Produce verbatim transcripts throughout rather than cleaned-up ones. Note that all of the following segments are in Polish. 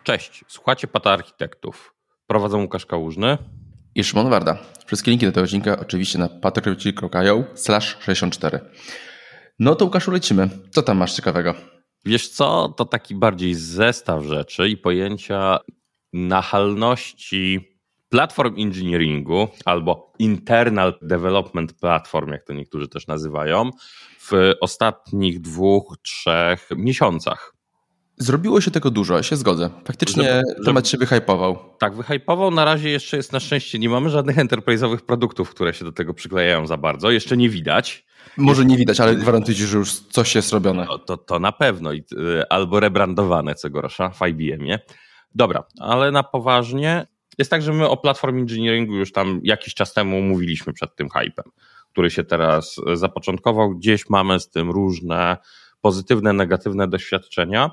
Cześć, słuchacie Pata Architektów. Prowadzą Łukasz Kałużny i Szymon Warda. Wszystkie linki do tego odcinka oczywiście na patryk.io slash sześćdziesiąt cztery. No to Łukaszu, lecimy. Co tam masz ciekawego? Wiesz co, to taki bardziej zestaw rzeczy i pojęcia nachalności platform engineeringu albo internal development platform, jak to niektórzy też nazywają, w ostatnich dwóch, trzech miesiącach. Zrobiło się tego dużo, ja się zgodzę. Faktycznie żeby, temat żeby, się wyhypował. Tak, wyhypował. Na razie jeszcze jest na szczęście, nie mamy żadnych enterprise'owych produktów, które się do tego przyklejają za bardzo. Jeszcze nie widać. Może nie widać, ale gwarantuję ci, że już coś jest robione. To, to, to na pewno. I, albo rebrandowane, co gorsza, w I B M-ie. Dobra, ale na poważnie jest tak, że my o platform engineeringu już tam jakiś czas temu mówiliśmy przed tym hypem, który się teraz zapoczątkował. Gdzieś mamy z tym różne pozytywne, negatywne doświadczenia.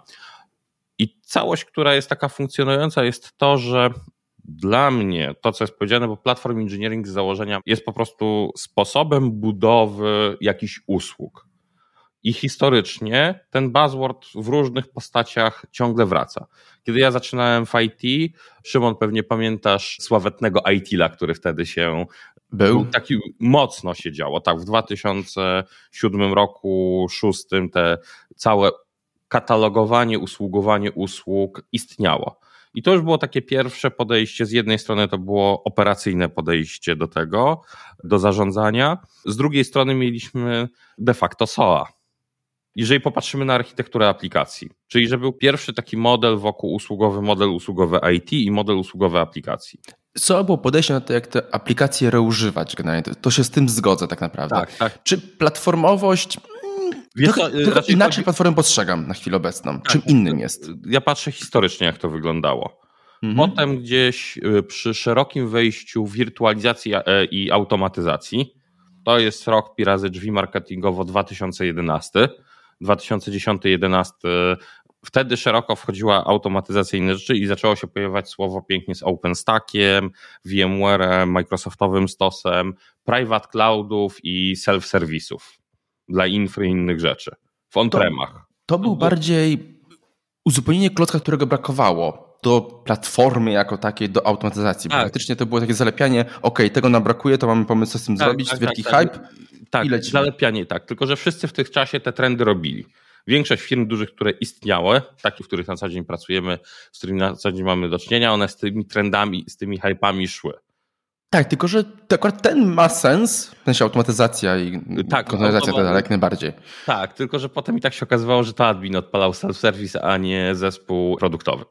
I całość, która jest taka funkcjonująca, jest to, że dla mnie to, co jest powiedziane, bo platform engineering z założenia jest po prostu sposobem budowy jakichś usług. I historycznie ten buzzword w różnych postaciach ciągle wraca. Kiedy ja zaczynałem w I T, Szymon, pewnie pamiętasz sławetnego ITIL-a, który wtedy się był, był taki mocno się działo. Tak, w dwa tysiące siódmym roku, szóstym te całe katalogowanie, usługowanie usług istniało. I to już było takie pierwsze podejście. Z jednej strony to było operacyjne podejście do tego, do zarządzania. Z drugiej strony mieliśmy de facto S O A. Jeżeli popatrzymy na architekturę aplikacji, czyli że był pierwszy taki model wokół usługowy, model usługowy I T i model usługowy aplikacji. S O A było podejście na to, jak te aplikacje reużywać. To się z tym zgodzę tak naprawdę. Tak, tak. Czy platformowość... Wiesz, trochę, to, trochę inaczej chodzi... platformę postrzegam na chwilę obecną. Tak, czym innym jest? Ja patrzę historycznie, jak to wyglądało. Mhm. Potem gdzieś przy szerokim wejściu wirtualizacji i automatyzacji, to jest rok pi razy drzwi marketingowo dwa tysiące jedenasty, dwa tysiące dziesiąty jedenasty, wtedy szeroko wchodziła automatyzacja i inne rzeczy i zaczęło się pojawiać słowo pięknie z OpenStackiem, VMware'em, Microsoftowym stosem, private cloudów i self-serwisów dla infry i innych rzeczy w on-premach. To, to był bardziej uzupełnienie klocka, którego brakowało do platformy jako takiej, do automatyzacji. Tak. Bo faktycznie to było takie zalepianie, ok, tego nam brakuje, to mamy pomysł, co z tym tak, zrobić, tak, wielki tak, hype tak, tak, i lecimy. Zalepianie, tak, tylko że wszyscy w tych czasie te trendy robili. Większość firm dużych, które istniały, takich, w których na co dzień pracujemy, z którymi na co dzień mamy do czynienia, one z tymi trendami, z tymi hypami szły. Tak, tylko że akurat ten ma sens, w sensie automatyzacja i tak, konteneryzacja to jak najbardziej. Tak, tylko że potem i tak się okazywało, że to admin odpalał self-service, a nie zespół produktowy.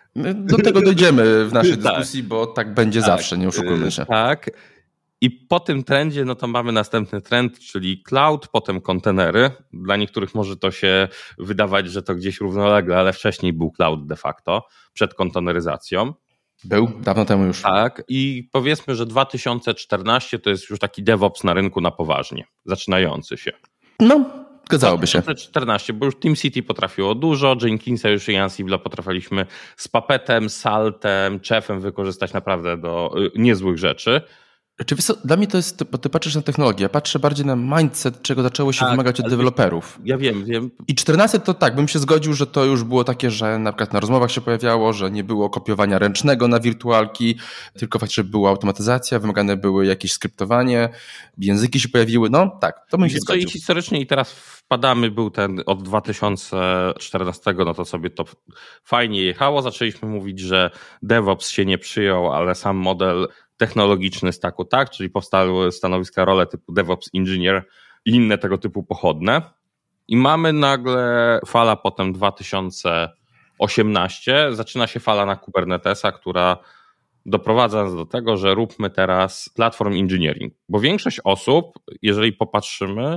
Do tego dojdziemy w naszej dyskusji, tak. Bo tak będzie tak, zawsze, nie oszukujmy się. Tak. I po tym trendzie, no to mamy następny trend, czyli cloud, potem kontenery. Dla niektórych może to się wydawać, że to gdzieś równolegle, ale wcześniej był cloud de facto, przed konteneryzacją. Był, dawno temu już. Tak, i powiedzmy, że dwa tysiące czternasty to jest już taki DevOps na rynku na poważnie, zaczynający się. No, zgadzałoby się. dwa tysiące czternasty, bo już TeamCity potrafiło dużo, Jenkinsa już i Ansible'a potrafiliśmy z Puppetem, Saltem, Chef'em wykorzystać naprawdę do niezłych rzeczy. Czy wiesz co, dla mnie to jest, bo ty patrzysz na technologię, ja patrzę bardziej na mindset, czego zaczęło się tak, wymagać od deweloperów. Ja wiem, wiem. I czternasty to tak, bym się zgodził, że to już było takie, że na przykład na rozmowach się pojawiało, że nie było kopiowania ręcznego na wirtualki, tylko faktycznie była automatyzacja, wymagane były jakieś skryptowanie, języki się pojawiły, no tak, to bym się zgodził. I historycznie i teraz wpadamy, był ten od dwa tysiące czternastego, no to sobie to fajnie jechało, zaczęliśmy mówić, że DevOps się nie przyjął, ale sam model technologiczny stacku, tak, czyli powstały stanowiska, role typu DevOps Engineer i inne tego typu pochodne. I mamy nagle fala potem dwa tysiące osiemnasty, zaczyna się fala na Kubernetesa, która doprowadza nas do tego, że róbmy teraz platform engineering. Bo większość osób, jeżeli popatrzymy,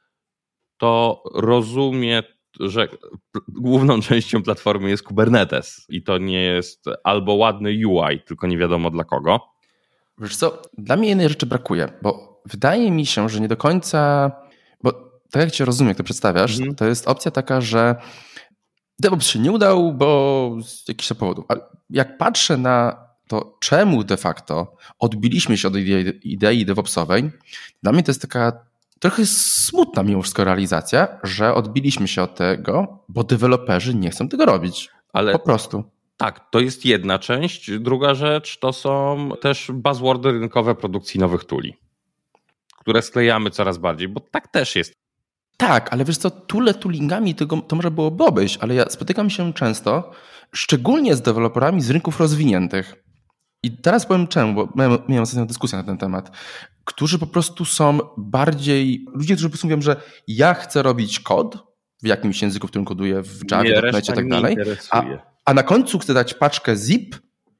to rozumie, że główną częścią platformy jest Kubernetes i to nie jest albo ładny U I, tylko nie wiadomo dla kogo. Wiesz co, dla mnie jednej rzeczy brakuje, bo wydaje mi się, że nie do końca, bo tak jak cię rozumiem, jak to przedstawiasz, mm. to jest opcja taka, że DevOps się nie udał, bo z jakichś powodów. Ale jak patrzę na to, czemu de facto odbiliśmy się od idei, idei DevOpsowej, dla mnie to jest taka trochę smutna mimo wszystko realizacja, że odbiliśmy się od tego, bo deweloperzy nie chcą tego robić. Ale po prostu. Tak, to jest jedna część. Druga rzecz to są też buzzwordy rynkowe produkcji nowych tuli, które sklejamy coraz bardziej, bo tak też jest. Tak, ale wiesz co, tule toolingami to, to może byłoby obejść, ale ja spotykam się często, szczególnie z deweloperami z rynków rozwiniętych. I teraz powiem czemu, bo miałem, miałem ostatnią dyskusję na ten temat, którzy po prostu są bardziej, ludzie, którzy po prostu mówią, że ja chcę robić kod w jakimś języku, w którym koduję, w Javie, w .necie i tak dalej, a, a na końcu chcę dać paczkę zip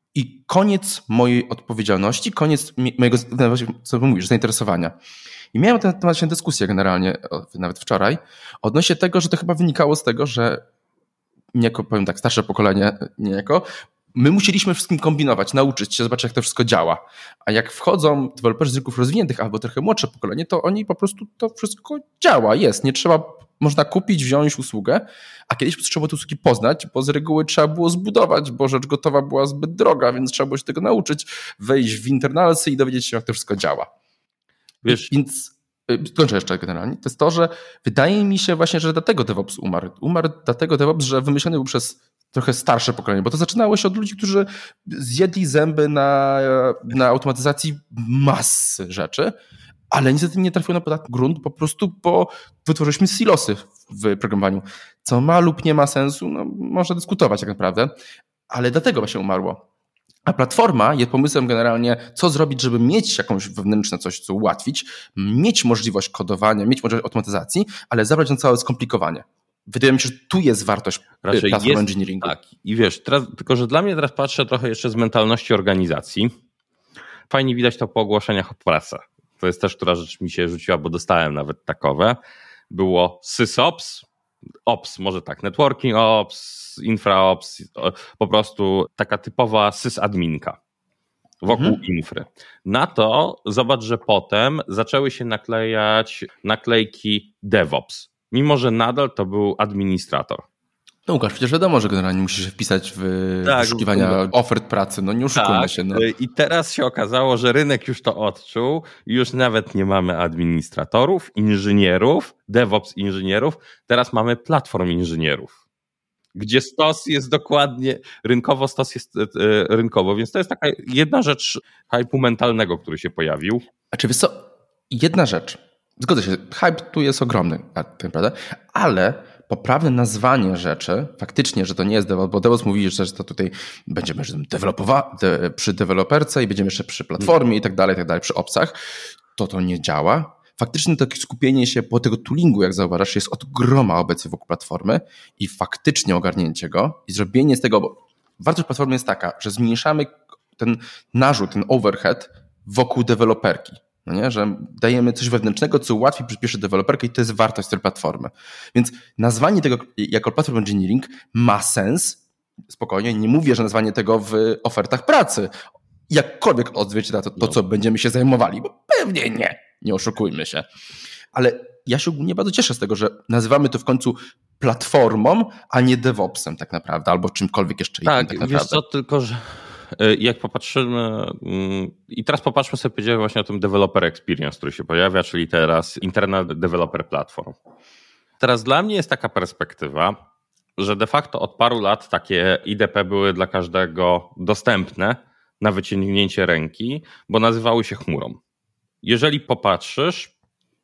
i koniec mojej odpowiedzialności, koniec mojego, co mówisz, zainteresowania. I miałem na ten temat się dyskusję generalnie, nawet wczoraj, odnośnie tego, że to chyba wynikało z tego, że niejako, powiem tak, starsze pokolenie niejako, my musieliśmy wszystkim kombinować, nauczyć się, zobaczyć jak to wszystko działa. A jak wchodzą deweloperzy z rynków rozwiniętych albo trochę młodsze pokolenie, to oni po prostu to wszystko działa, jest. Nie trzeba, można kupić, wziąć usługę, a kiedyś trzeba te usługi poznać, bo z reguły trzeba było zbudować, bo rzecz gotowa była zbyt droga, więc trzeba było się tego nauczyć, wejść w internalsy i dowiedzieć się jak to wszystko działa. Wiesz, więc skończę jeszcze generalnie. To jest to, że wydaje mi się właśnie, że dlatego DevOps umarł. Umarł dlatego DevOps, że wymyślony był przez trochę starsze pokolenie, bo to zaczynało się od ludzi, którzy zjedli zęby na, na automatyzacji masy rzeczy, ale niestety nie trafiło na podatny grunt po prostu, bo wytworzyliśmy silosy w programowaniu. Co ma lub nie ma sensu, no, można dyskutować tak naprawdę, ale dlatego właśnie umarło. A platforma jest pomysłem generalnie, co zrobić, żeby mieć jakąś wewnętrzne coś, co ułatwić, mieć możliwość kodowania, mieć możliwość automatyzacji, ale zabrać na całe skomplikowanie. Wydaje mi się, że tu jest wartość Raczej platform jest, engineeringu. Tak, i wiesz, teraz, tylko że dla mnie teraz patrzę trochę jeszcze z mentalności organizacji. Fajnie widać to po ogłoszeniach o pracę. To jest też, która rzecz mi się rzuciła, bo dostałem nawet takowe. Było SysOps, Ops, może tak, Networking Ops, InfraOps, po prostu taka typowa sysadminka wokół mhm. infry. Na to zobacz, że potem zaczęły się naklejać naklejki DevOps, mimo że nadal to był administrator. No Łukasz, przecież wiadomo, że generalnie musisz się wpisać w tak, wyszukiwania no, ofert pracy, no nie oszukujmy tak, się. No. I teraz się okazało, że rynek już to odczuł, już nawet nie mamy administratorów, inżynierów, DevOps inżynierów, teraz mamy platform inżynierów, gdzie stos jest dokładnie, rynkowo stos jest e, rynkowo, więc to jest taka jedna rzecz hype'u mentalnego, który się pojawił. A czy wiesz co, jedna rzecz, zgodzę się, hype tu jest ogromny, tak naprawdę, ale poprawne nazwanie rzeczy, faktycznie, że to nie jest DevOps, bo DevOps mówi, że to tutaj będziemy dewelopowa- de, przy deweloperce i będziemy jeszcze przy platformie i tak dalej, i tak dalej, przy opsach, to to nie działa. Faktycznie takie skupienie się po tego toolingu, jak zauważasz, jest od groma obecnie wokół platformy i faktycznie ogarnięcie go i zrobienie z tego, bo wartość platformy jest taka, że zmniejszamy ten narzut, ten overhead wokół deweloperki. No nie? Że dajemy coś wewnętrznego, co ułatwi, przyspieszy deweloperkę i to jest wartość tej platformy. Więc nazwanie tego jako platform engineering ma sens. Spokojnie, nie mówię, że nazwanie tego w ofertach pracy jakkolwiek odzwierciedla to, to, co będziemy się zajmowali, bo pewnie nie, nie oszukujmy się. Ale ja się ogólnie bardzo cieszę z tego, że nazywamy to w końcu platformą, a nie DevOpsem tak naprawdę, albo czymkolwiek jeszcze tak, innym tak naprawdę. Wiesz co, tylko że jak popatrzymy i teraz popatrzmy sobie powiedziałem właśnie o tym developer experience, który się pojawia, czyli teraz Internal Developer Platform. Teraz dla mnie jest taka perspektywa, że de facto od paru lat takie I D P były dla każdego dostępne na wyciągnięcie ręki, bo nazywały się chmurą. Jeżeli popatrzysz,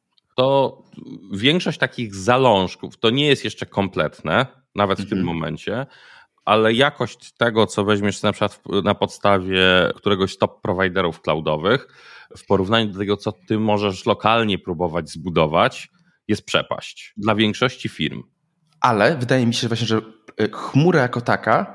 to większość takich zalążków to nie jest jeszcze kompletne, nawet w mhm. tym momencie, ale jakość tego, co weźmiesz na przykład na podstawie któregoś z top prowajderów cloudowych, w porównaniu do tego, co ty możesz lokalnie próbować zbudować, jest przepaść dla większości firm. Ale wydaje mi się właśnie, że chmura jako taka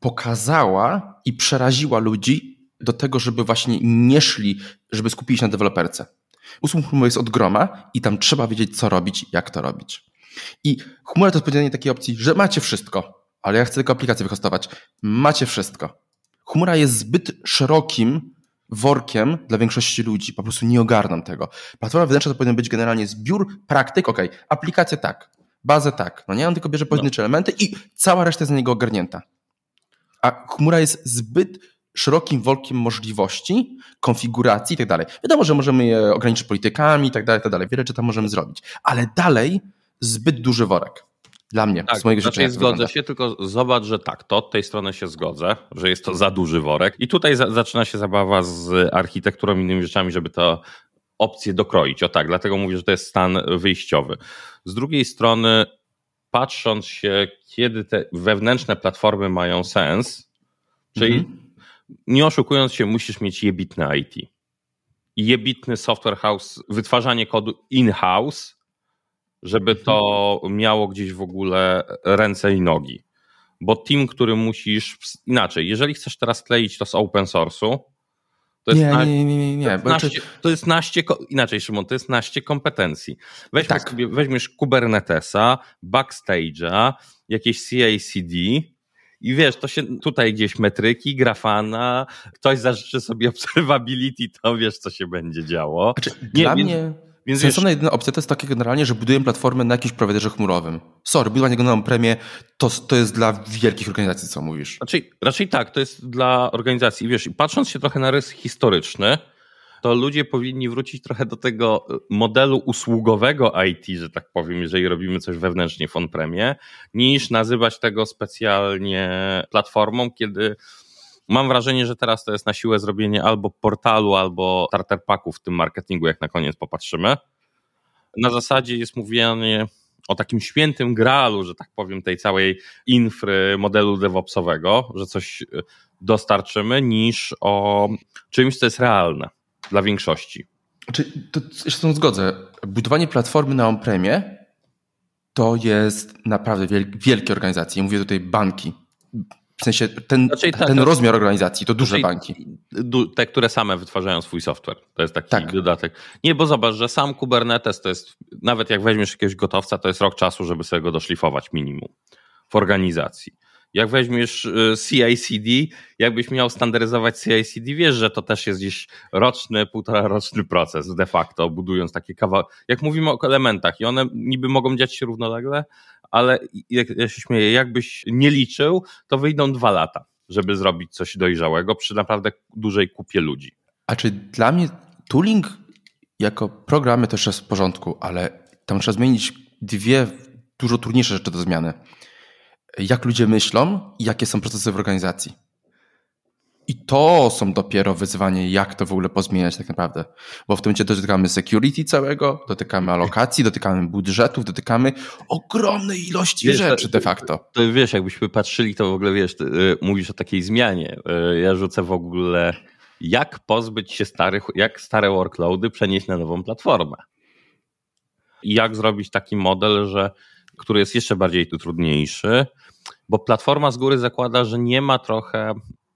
pokazała i przeraziła ludzi do tego, żeby właśnie nie szli, żeby skupili się na deweloperce. Usług chmury jest od groma i tam trzeba wiedzieć, co robić, jak to robić. I chmura to jest podzielenie takiej opcji, że macie wszystko, ale ja chcę tylko aplikację wyhostować. Macie wszystko. Chmura jest zbyt szerokim workiem dla większości ludzi. Po prostu nie ogarną tego. Platforma wewnętrzna to powinien być generalnie zbiór praktyk. Okej, okay, aplikacje tak, bazę tak. No nie, on tylko bierze pojedyncze no. elementy i cała reszta jest na niego ogarnięta. A chmura jest zbyt szerokim workiem możliwości, konfiguracji i tak dalej. Wiadomo, że możemy je ograniczyć politykami i tak dalej, tak dalej. Wiele rzeczy tam możemy zrobić. Ale dalej zbyt duży worek. Dla mnie, tak, z mojego doświadczenia zgodzę wygląda. się, tylko zobacz, że tak, to od tej strony się zgodzę, że jest to za duży worek i tutaj za, zaczyna się zabawa z architekturą i innymi rzeczami, żeby to opcję dokroić. O tak, dlatego mówię, że to jest stan wyjściowy. Z drugiej strony, patrząc się, kiedy te wewnętrzne platformy mają sens, czyli mhm. nie oszukując się, musisz mieć jebitne I T. I jebitny software house, wytwarzanie kodu in-house, żeby to miało gdzieś w ogóle ręce i nogi. Bo team, który musisz... Inaczej, jeżeli chcesz teraz kleić to z open source'u, to jest, nie, na, nie, nie, nie, nie. To jest, naście, czy... to jest naście, inaczej Szymon, to jest naście kompetencji. Weźmy tak. sobie, weźmiesz Kubernetesa, Backstage'a, jakieś C I C D i wiesz, to się tutaj gdzieś metryki, grafana, ktoś zażyczy sobie observability, to wiesz, co się będzie działo. Znaczy, nie, dla więc, mnie więc sensowna wiesz, jedyna opcja to jest takie generalnie, że buduję platformę na jakimś prowajderze chmurowym. Sorry, budowanie go na on-premie to, to jest dla wielkich organizacji, co mówisz. Raczej, raczej tak, to jest dla organizacji. Wiesz, patrząc się trochę na rys historyczny, to ludzie powinni wrócić trochę do tego modelu usługowego I T, że tak powiem, jeżeli robimy coś wewnętrznie w on-premie, niż nazywać tego specjalnie platformą, kiedy mam wrażenie, że teraz to jest na siłę zrobienie albo portalu, albo starter packu w tym marketingu, jak na koniec popatrzymy. Na zasadzie jest mówienie o takim świętym graalu, że tak powiem, tej całej infry modelu DevOpsowego, że coś dostarczymy, niż o czymś, co jest realne dla większości. Znaczy, to się z tym zgodzę. Budowanie platformy na on-premie to jest naprawdę wielkie organizacje. Mówię tutaj banki. W sensie ten, znaczy, tak, ten rozmiar organizacji to duże znaczy, banki. Te, które same wytwarzają swój software. To jest taki tak. dodatek. Nie, bo zobacz, że sam Kubernetes to jest, nawet jak weźmiesz jakiegoś gotowca, to jest rok czasu, żeby sobie go doszlifować minimum w organizacji. Jak weźmiesz C I C D, jakbyś miał standaryzować C I C D, wiesz, że to też jest gdzieś roczny, półtora roczny proces de facto, budując takie kawałki. Jak mówimy o elementach i one niby mogą dziać się równolegle, ale jak ja się śmieję, jakbyś nie liczył, to wyjdą dwa lata, żeby zrobić coś dojrzałego przy naprawdę dużej kupie ludzi. A czy dla mnie tooling jako programy też jest w porządku, ale tam trzeba zmienić dwie dużo trudniejsze rzeczy do zmiany. Jak ludzie myślą i jakie są procesy w organizacji. I to są dopiero wyzwanie, jak to w ogóle pozmieniać tak naprawdę. Bo w tym momencie dotykamy security całego, dotykamy alokacji, dotykamy budżetów, dotykamy ogromnej ilości wiesz, rzeczy de facto. To, to wiesz, jakbyśmy patrzyli, to w ogóle wiesz, ty, y, mówisz o takiej zmianie. Y, ja rzucę w ogóle, jak pozbyć się starych, jak stare workloady przenieść na nową platformę. I jak zrobić taki model, że który jest jeszcze bardziej trudniejszy, bo platforma z góry zakłada, że nie ma trochę,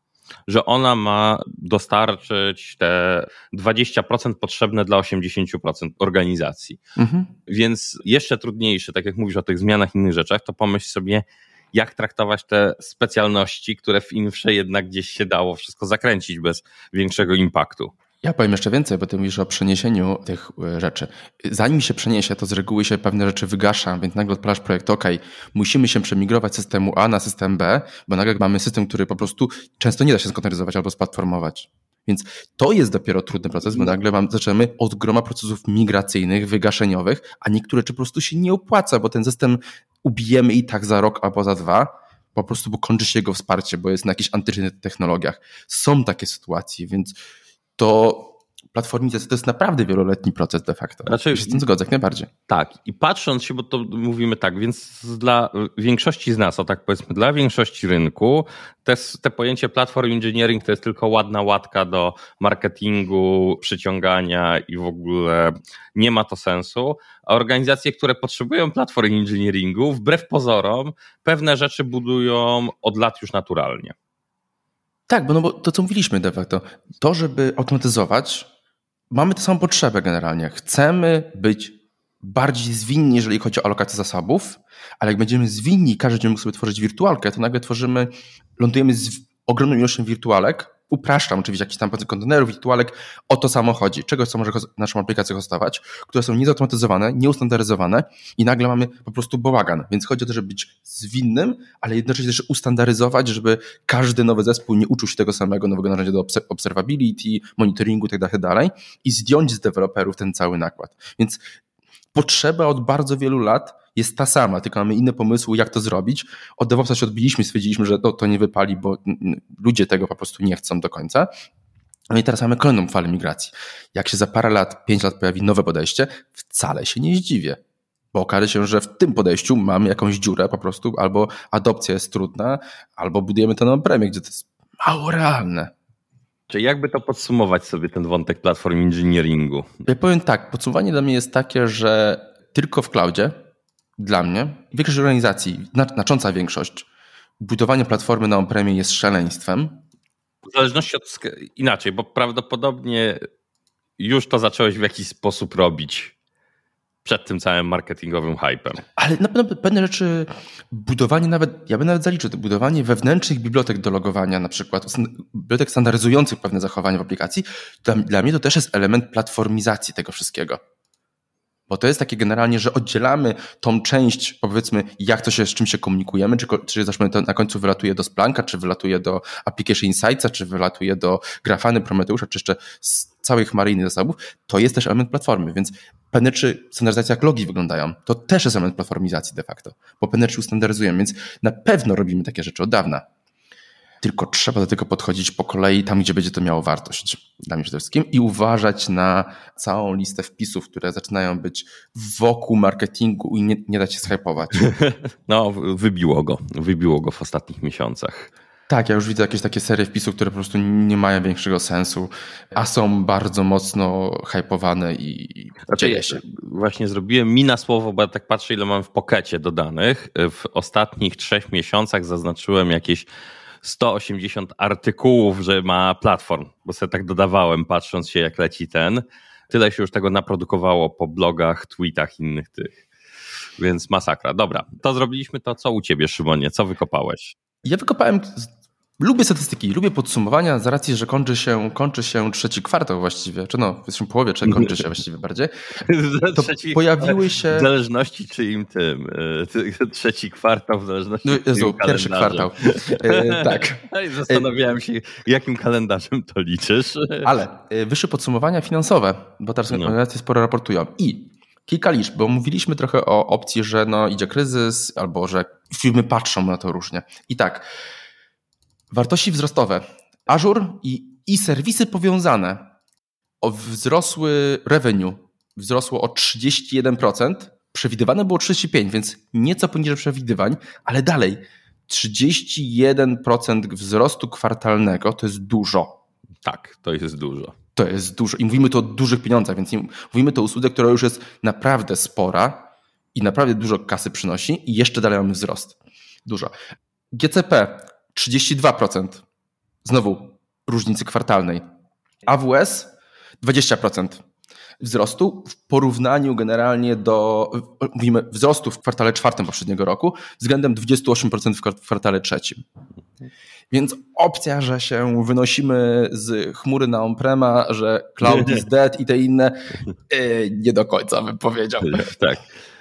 że ona ma dostarczyć te dwadzieścia procent potrzebne dla osiemdziesiąt procent organizacji. Mhm. Więc jeszcze trudniejsze, tak jak mówisz o tych zmianach i innych rzeczach, to pomyśl sobie, jak traktować te specjalności, które w infrze jednak gdzieś się dało wszystko zakręcić bez większego impaktu. Ja powiem jeszcze więcej, bo ty mówisz o przeniesieniu tych rzeczy. Zanim się przeniesie, to z reguły się pewne rzeczy wygasza, więc nagle odpalasz projekt, ok, musimy się przemigrować z systemu A na system B, bo nagle mamy system, który po prostu często nie da się skonteneryzować albo splatformować. Więc to jest dopiero trudny proces, bo nagle mam, zaczynamy od groma procesów migracyjnych, wygaszeniowych, a niektóre rzeczy po prostu się nie opłaca, bo ten system ubijemy i tak za rok albo za dwa, po prostu bo kończy się jego wsparcie, bo jest na jakichś antycznych technologiach. Są takie sytuacje, więc to platformizacja to jest naprawdę wieloletni proces de facto. Znaczy, ja się z tym zgodzę, jak najbardziej. Tak. I patrząc się, bo to mówimy tak, więc dla większości z nas, o tak powiedzmy, dla większości rynku, te, te pojęcie platform engineering to jest tylko ładna łatka do marketingu, przyciągania i w ogóle nie ma to sensu. A organizacje, które potrzebują platform engineeringu, wbrew pozorom, pewne rzeczy budują od lat już naturalnie. Tak, bo, no bo to, co mówiliśmy de facto, to, żeby automatyzować, mamy tę samą potrzebę generalnie. Chcemy być bardziej zwinni, jeżeli chodzi o alokację zasobów, ale jak będziemy zwinni, każdy będzie mógł sobie tworzyć wirtualkę, to nagle tworzymy, lądujemy z ogromną ilością wirtualek, upraszczam oczywiście jakiś tam procent kontenerów, wirtualek, o to samo chodzi. Czegoś, co może naszą aplikację hostować, które są niezautomatyzowane, nieustandaryzowane i nagle mamy po prostu bałagan. Więc chodzi o to, żeby być zwinnym, ale jednocześnie też ustandaryzować, żeby każdy nowy zespół nie uczył się tego samego nowego narzędzia do observability, monitoringu itd. I zdjąć z deweloperów ten cały nakład. Więc potrzeba od bardzo wielu lat jest ta sama, tylko mamy inne pomysły, jak to zrobić. Od DevOpsa się odbiliśmy i stwierdziliśmy, że to, to nie wypali, bo ludzie tego po prostu nie chcą do końca. No i teraz mamy kolejną falę migracji. Jak się za parę lat, pięć lat pojawi nowe podejście, wcale się nie zdziwię. Bo okaże się, że w tym podejściu mamy jakąś dziurę po prostu, albo adopcja jest trudna, albo budujemy to na on-premie, gdzie to jest mało realne. Czyli jakby to podsumować sobie ten wątek platform engineeringu? Ja powiem tak, podsumowanie dla mnie jest takie, że tylko w cloudzie, dla mnie, większość organizacji, znacząca większość, budowanie platformy na on-premie jest szaleństwem. W zależności od... Inaczej, bo prawdopodobnie już to zacząłeś w jakiś sposób robić przed tym całym marketingowym hypem. Ale na pewno pewne rzeczy, budowanie nawet, ja bym nawet zaliczył, to budowanie wewnętrznych bibliotek do logowania, na przykład bibliotek standaryzujących pewne zachowania w aplikacji, dla, dla mnie to też jest element platformizacji tego wszystkiego. Bo to jest takie generalnie, że oddzielamy tą część, powiedzmy, jak to się, z czym się komunikujemy, czy, czy to na końcu wylatuje do Splanka, czy wylatuje do Application Insightsa, czy wylatuje do Grafany, Prometeusza, czy jeszcze z całej chmary innych zasobów, to jest też element platformy, więc pewne czy standaryzacja jak logi wyglądają, to też jest element platformizacji de facto, bo pewne czy ustandaryzujemy, więc na pewno robimy takie rzeczy od dawna. Tylko trzeba do tego podchodzić po kolei tam, gdzie będzie to miało wartość dla mnie przede wszystkim i uważać na całą listę wpisów, które zaczynają być wokół marketingu i nie, nie dać się zhypować. No, wybiło go. Wybiło go w ostatnich miesiącach. Tak, ja już widzę jakieś takie serie wpisów, które po prostu nie mają większego sensu, a są bardzo mocno hypowane i znaczy, dzieje się. Właśnie zrobiłem mi na słowo, bo ja tak patrzę, ile mam w pokecie dodanych. W ostatnich trzech miesiącach zaznaczyłem jakieś sto osiemdziesiąt artykułów, że ma platform, bo sobie tak dodawałem, patrząc się jak leci ten. Tyle się już tego naprodukowało po blogach, tweetach, innych tych. Więc masakra. Dobra, to zrobiliśmy to. Co u ciebie, Szymonie? Co wykopałeś? Ja wykopałem... Lubię statystyki, lubię podsumowania z racji, że kończy się, kończy się trzeci kwartał właściwie, czy no, w połowie, czy kończy się właściwie bardziej. To trzeci, pojawiły się... W zależności czyim tym, trzeci kwartał, w zależności no, Jezu, pierwszy kwartał. E, tak. Zastanawiałem się, jakim kalendarzem to liczysz. Ale wyższe podsumowania finansowe, bo teraz organizacje no. sporo raportują. I kilka liczb, bo mówiliśmy trochę o opcji, że no, idzie kryzys, albo że firmy patrzą na to różnie. I tak, wartości wzrostowe. Azure i, i serwisy powiązane wzrosły revenue, wzrosło o trzydzieści jeden procent, przewidywane było trzydzieści pięć procent, więc nieco poniżej przewidywań, ale dalej trzydzieści jeden procent wzrostu kwartalnego to jest dużo. Tak, to jest dużo. To jest dużo i mówimy tu o dużych pieniądzach, więc nie, mówimy to o usłudze, która już jest naprawdę spora i naprawdę dużo kasy przynosi i jeszcze dalej mamy wzrost. Dużo. G C P trzydzieści dwa procent. Znowu różnicy kwartalnej. A W S dwadzieścia procent wzrostu w porównaniu generalnie do, mówimy, wzrostu w kwartale czwartym poprzedniego roku względem dwadzieścia osiem procent w kwartale trzecim. Więc opcja, że się wynosimy z chmury na on-prema, że cloud is dead i te inne, nie do końca bym powiedział. Tak.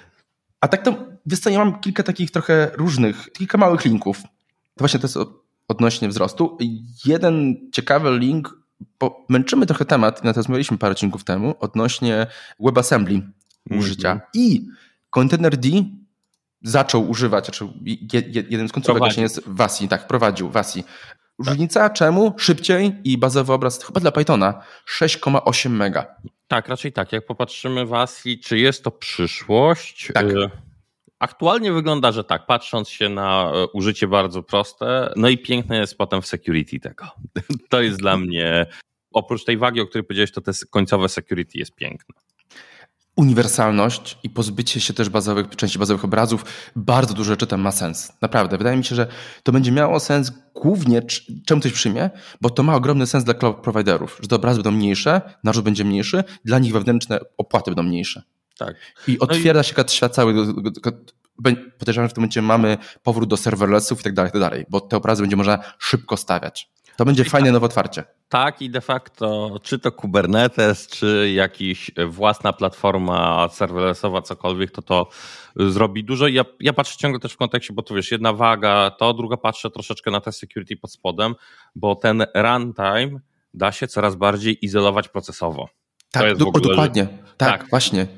A tak to, wiesz co, ja mam kilka takich trochę różnych, kilka małych linków. To właśnie to jest odnośnie wzrostu. Jeden ciekawy link, bo męczymy trochę temat, na to rozmawialiśmy parę odcinków temu, odnośnie WebAssembly mm-hmm. użycia. I Containerd zaczął używać, znaczy jeden z końcówek właśnie jest W A S I, tak, wprowadził W A S I. Różnica tak. Czemu? Szybciej i bazowy obraz chyba dla Pythona sześć przecinek osiem mega. Tak, raczej tak. Jak popatrzymy w A S I, czy jest to przyszłość? Tak. Aktualnie wygląda, że tak, patrząc się na użycie bardzo proste, no i piękne jest potem w security tego. To jest dla mnie, oprócz tej wagi, o której powiedziałeś, to te końcowe security jest piękne. Uniwersalność i pozbycie się też bazowych, części bazowych obrazów, bardzo dużo rzeczy tam ma sens. Naprawdę. Wydaje mi się, że to będzie miało sens głównie, czemu ktoś przyjmie, bo to ma ogromny sens dla cloud providerów, że te obrazy będą mniejsze, narzut będzie mniejszy, dla nich wewnętrzne opłaty będą mniejsze. Tak. I otwiera no i... się świat cały. Podejrzewam, że w tym momencie mamy powrót do serverlessów i tak dalej, i tak dalej, bo te obrazy będzie można szybko stawiać. To będzie I fajne tak, nowe otwarcie. Tak i de facto czy to Kubernetes, czy jakaś własna platforma serverlessowa, cokolwiek, to to zrobi dużo. Ja, ja patrzę ciągle też w kontekście, bo tu wiesz, jedna waga to, druga patrzę troszeczkę na te security pod spodem, bo ten runtime da się coraz bardziej izolować procesowo. Tak, do, ogóle, dokładnie. Tak, tak, właśnie.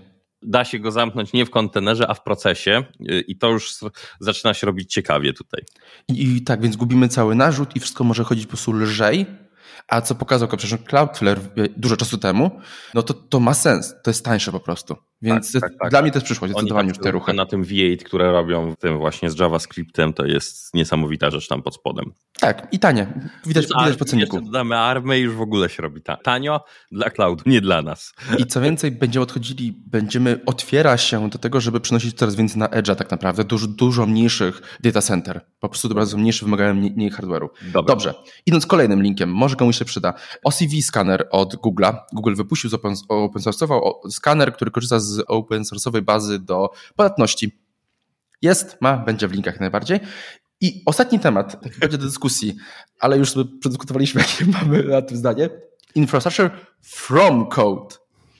da się go zamknąć nie w kontenerze, a w procesie i to już zaczyna się robić ciekawie tutaj. I, i tak, więc gubimy cały narzut i wszystko może chodzić po prostu lżej. A co pokazał przecież Cloudflare dużo czasu temu, no to to ma sens, to jest tańsze po prostu. Więc tak, tak, tak. Dla mnie to jest przyszłość, zdecydowanie już te ruchy. Na tym V osiem, które robią w tym właśnie z JavaScriptem, to jest niesamowita rzecz tam pod spodem. Tak, i tanie. Widać, A, widać po cenniku. Dodamy armię i już w ogóle się robi ta- tanio dla cloudu, nie dla nas. I co więcej, będziemy odchodzili, będziemy otwierać się do tego, żeby przynosić coraz więcej na Edge'a tak naprawdę, dużo, dużo mniejszych data center. Po prostu bardzo mniejsze, wymagają mniej, mniej hardware'u. Dobra. Dobrze, idąc kolejnym linkiem, może komuś się przyda. O C V Scanner od Google'a. Google wypuścił, open source'ował skaner, który korzysta z open source'owej bazy do podatności. Jest, ma, będzie w linkach najbardziej. I ostatni temat, taki będzie do dyskusji, ale już sobie przedyskutowaliśmy, jakie mamy na tym zdanie. Infrastructure from code.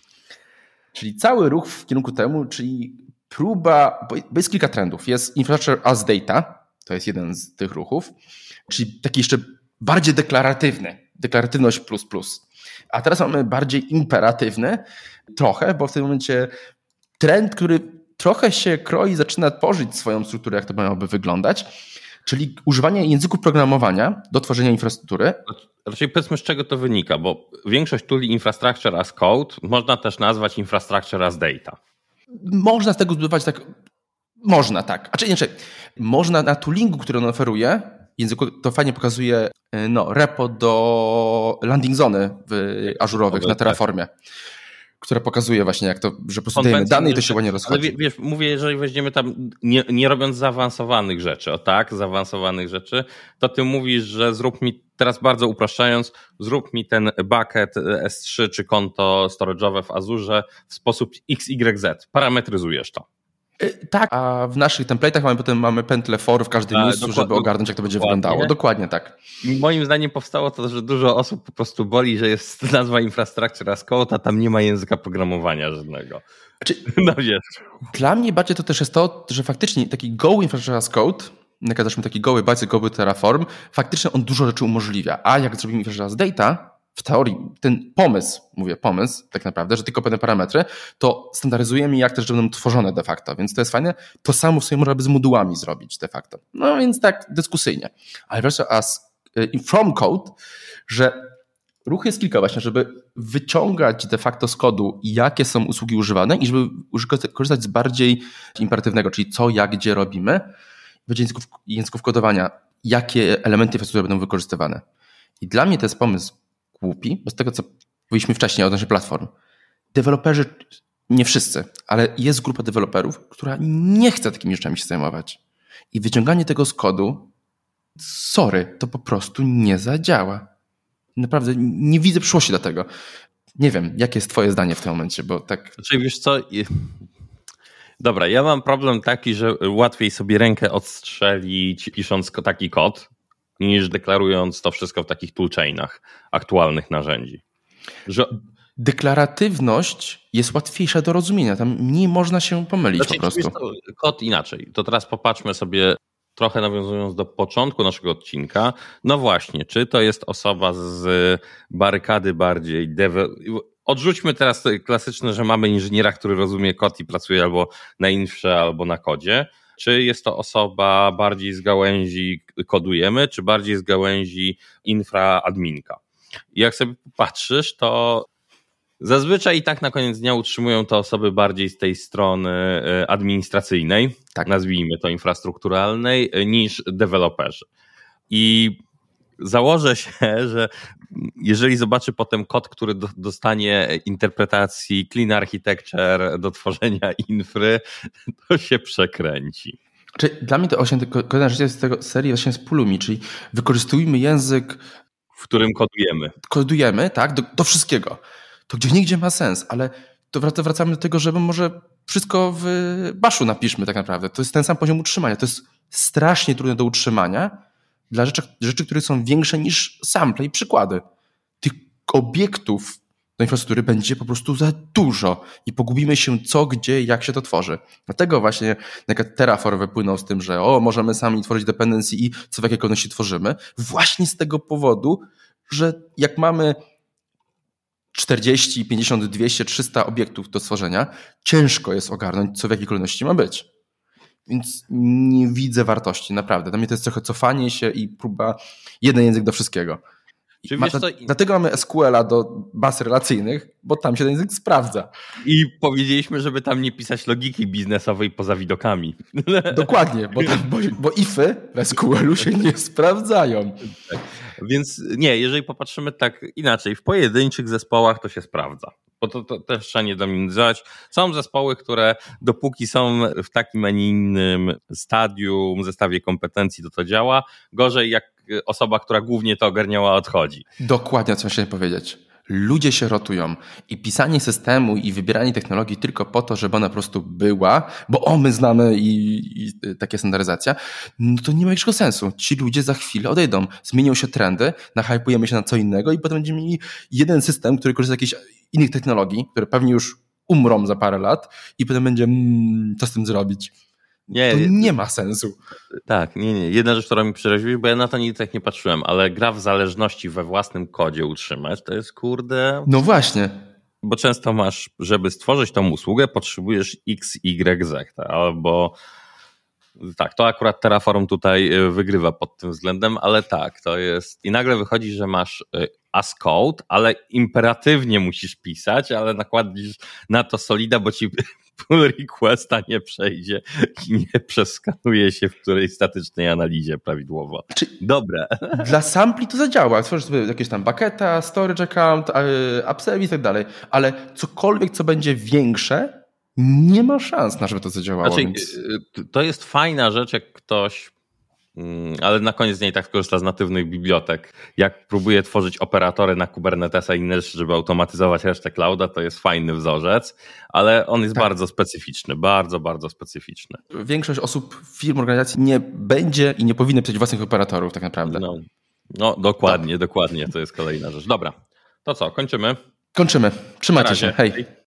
Czyli cały ruch w kierunku temu, czyli próba, bo jest kilka trendów. Jest infrastructure as data, to jest jeden z tych ruchów, czyli taki jeszcze bardziej deklaratywny, deklaratywność plus plus. A teraz mamy bardziej imperatywny trochę, bo w tym momencie trend, który trochę się kroi, zaczyna tworzyć swoją strukturę, jak to miałoby wyglądać, czyli używanie języków programowania do tworzenia infrastruktury. Raczej powiedzmy, z czego to wynika, bo większość tuli infrastructure as code można też nazwać infrastructure as data. Można z tego zbudować tak, można tak, a czy inaczej, można na toolingu, który on oferuje, języku, to fajnie pokazuje no, repo do landing zony w ażurowych na Terraformie, które pokazuje właśnie jak to, że po prostu dajemy dane i to się ładnie rozchodzi. Ale wiesz, mówię, jeżeli weźmiemy tam, nie, nie robiąc zaawansowanych rzeczy, o tak, zaawansowanych rzeczy, to ty mówisz, że zrób mi, teraz bardzo upraszczając, zrób mi ten bucket S trzy czy konto storage'owe w Azurze w sposób X Y Z. Parametryzujesz to. Tak, a w naszych template'ach mamy potem mamy pętlę for w każdym a, miejscu, żeby ogarnąć, jak to będzie dokładnie. wyglądało. Dokładnie tak. Moim zdaniem powstało to, że dużo osób po prostu boli, że jest nazwa infrastructure as code, a tam nie ma języka programowania żadnego. Znaczy, no wiesz. Dla mnie bardziej to też jest to, że faktycznie taki Go infrastructure as code, jak zresztą taki goły bajce, goły Terraform, faktycznie on dużo rzeczy umożliwia. A jak zrobimy infrastructure as data, w teorii ten pomysł, mówię pomysł tak naprawdę, że tylko pewne parametry, to standaryzujemy jak te rzeczy będą tworzone de facto, więc to jest fajne. To samo w sobie można by z modułami zrobić de facto. No więc tak dyskusyjnie. Ale wreszcie as from code, że ruch jest kilka właśnie, żeby wyciągać de facto z kodu, jakie są usługi używane i żeby korzystać z bardziej imperatywnego, czyli co, jak, gdzie robimy, będzie języków, języków kodowania, jakie elementy infrastruktury będą wykorzystywane. I dla mnie to jest pomysł głupi, bo z tego, co mówiliśmy wcześniej odnośnie platform. Deweloperzy, nie wszyscy, ale jest grupa deweloperów, która nie chce takimi rzeczami się zajmować. I wyciąganie tego z kodu, sorry, to po prostu nie zadziała. Naprawdę nie widzę przyszłości dla tego. Nie wiem, jakie jest twoje zdanie w tym momencie, bo tak... Znaczy, wiesz co... Dobra, ja mam problem taki, że łatwiej sobie rękę odstrzelić pisząc taki kod, niż deklarując to wszystko w takich toolchainach aktualnych narzędzi. Że... Deklaratywność jest łatwiejsza do rozumienia, tam mniej można się pomylić znaczy, po prostu. To, kod inaczej. To teraz popatrzmy sobie, trochę nawiązując do początku naszego odcinka, no właśnie, czy to jest osoba z barykady bardziej dev... Odrzućmy teraz to klasyczne, że mamy inżyniera, który rozumie kod i pracuje albo na infrze, albo na kodzie. Czy jest to osoba bardziej z gałęzi kodujemy, czy bardziej z gałęzi infra adminka? I jak sobie popatrzysz, to zazwyczaj i tak na koniec dnia utrzymują to osoby bardziej z tej strony administracyjnej, tak. Nazwijmy to infrastrukturalnej, niż deweloperzy. I założę się, że jeżeli zobaczy potem kod, który dostanie interpretacji Clean Architecture do tworzenia infry, to się przekręci. Czyli dla mnie to właśnie kolejna rzecz jest z tego serii właśnie z Pulumi, czyli wykorzystujmy język, w którym kodujemy. Kodujemy, tak, do, do wszystkiego. To gdzie nigdzie ma sens, ale to wracamy do tego, żeby może wszystko w baszu napiszmy tak naprawdę. To jest ten sam poziom utrzymania. To jest strasznie trudne do utrzymania dla rzeczy, rzeczy, które są większe niż sample i przykłady. Tych obiektów do infrastruktury będzie po prostu za dużo i pogubimy się co, gdzie, jak się to tworzy. Dlatego właśnie Terraform wypłynął z tym, że o, możemy sami tworzyć dependency i co w jakiej kolejności tworzymy. Właśnie z tego powodu, że jak mamy czterdzieści, pięćdziesiąt, dwieście, trzysta obiektów do stworzenia, ciężko jest ogarnąć, co w jakiej kolejności ma być. Więc nie widzę wartości, naprawdę. Dla mnie to jest trochę cofanie się i próba jeden język do wszystkiego. Ma, co, dlatego mamy S Q L a do baz relacyjnych, bo tam się ten język sprawdza. I powiedzieliśmy, żeby tam nie pisać logiki biznesowej poza widokami. Dokładnie, bo, tam, bo, bo ify w S Q L u się nie sprawdzają. Tak. Więc nie, jeżeli popatrzymy tak inaczej, w pojedynczych zespołach to się sprawdza. Bo to, to też trzeba nie dominować. Są zespoły, które dopóki są w takim, a nie innym stadium, zestawie kompetencji, to to działa. Gorzej jak osoba, która głównie to ogarniała, odchodzi. Dokładnie, co chciałem powiedzieć. Ludzie się rotują i pisanie systemu i wybieranie technologii tylko po to, żeby ona po prostu była, bo o, my znamy i, i taka standaryzacja, no to nie ma większego sensu. Ci ludzie za chwilę odejdą, zmienią się trendy, nahypujemy się na co innego i potem będziemy mieli jeden system, który korzysta z jakichś innych technologii, które pewnie już umrą za parę lat i potem będzie, mm, co z tym zrobić. Nie, to nie ma sensu. Tak, nie, nie. Jedna rzecz, która mi przeraziła, bo ja na to nigdy tak nie patrzyłem, ale gra w zależności we własnym kodzie utrzymać, to jest kurde... No właśnie. Bo często masz, żeby stworzyć tą usługę, potrzebujesz X, Y, Z, albo... Tak, to akurat Terraform tutaj wygrywa pod tym względem, ale tak, to jest... I nagle wychodzi, że masz as code, ale imperatywnie musisz pisać, ale nakładasz na to solida, bo ci pull requesta nie przejdzie i nie przeskanuje się w którejś statycznej analizie prawidłowo. Czy dobre. Dla sampli to zadziała. Tworzysz sobie jakieś tam bucketa, storage account, app service i tak dalej, ale cokolwiek, co będzie większe, nie ma szans na żeby to zadziałało. Znaczy, więc... To jest fajna rzecz, jak ktoś, ale na koniec z niej tak korzysta z natywnych bibliotek. Jak próbuje tworzyć operatory na Kubernetesa i inne rzeczy, żeby automatyzować resztę clouda, to jest fajny wzorzec, ale on jest tak. bardzo specyficzny, bardzo, bardzo specyficzny. Większość osób, firm, organizacji nie będzie i nie powinny pisać własnych operatorów tak naprawdę. No, no dokładnie, tak. dokładnie, to jest kolejna rzecz. Dobra, to co, kończymy? Kończymy. Trzymajcie się, hej.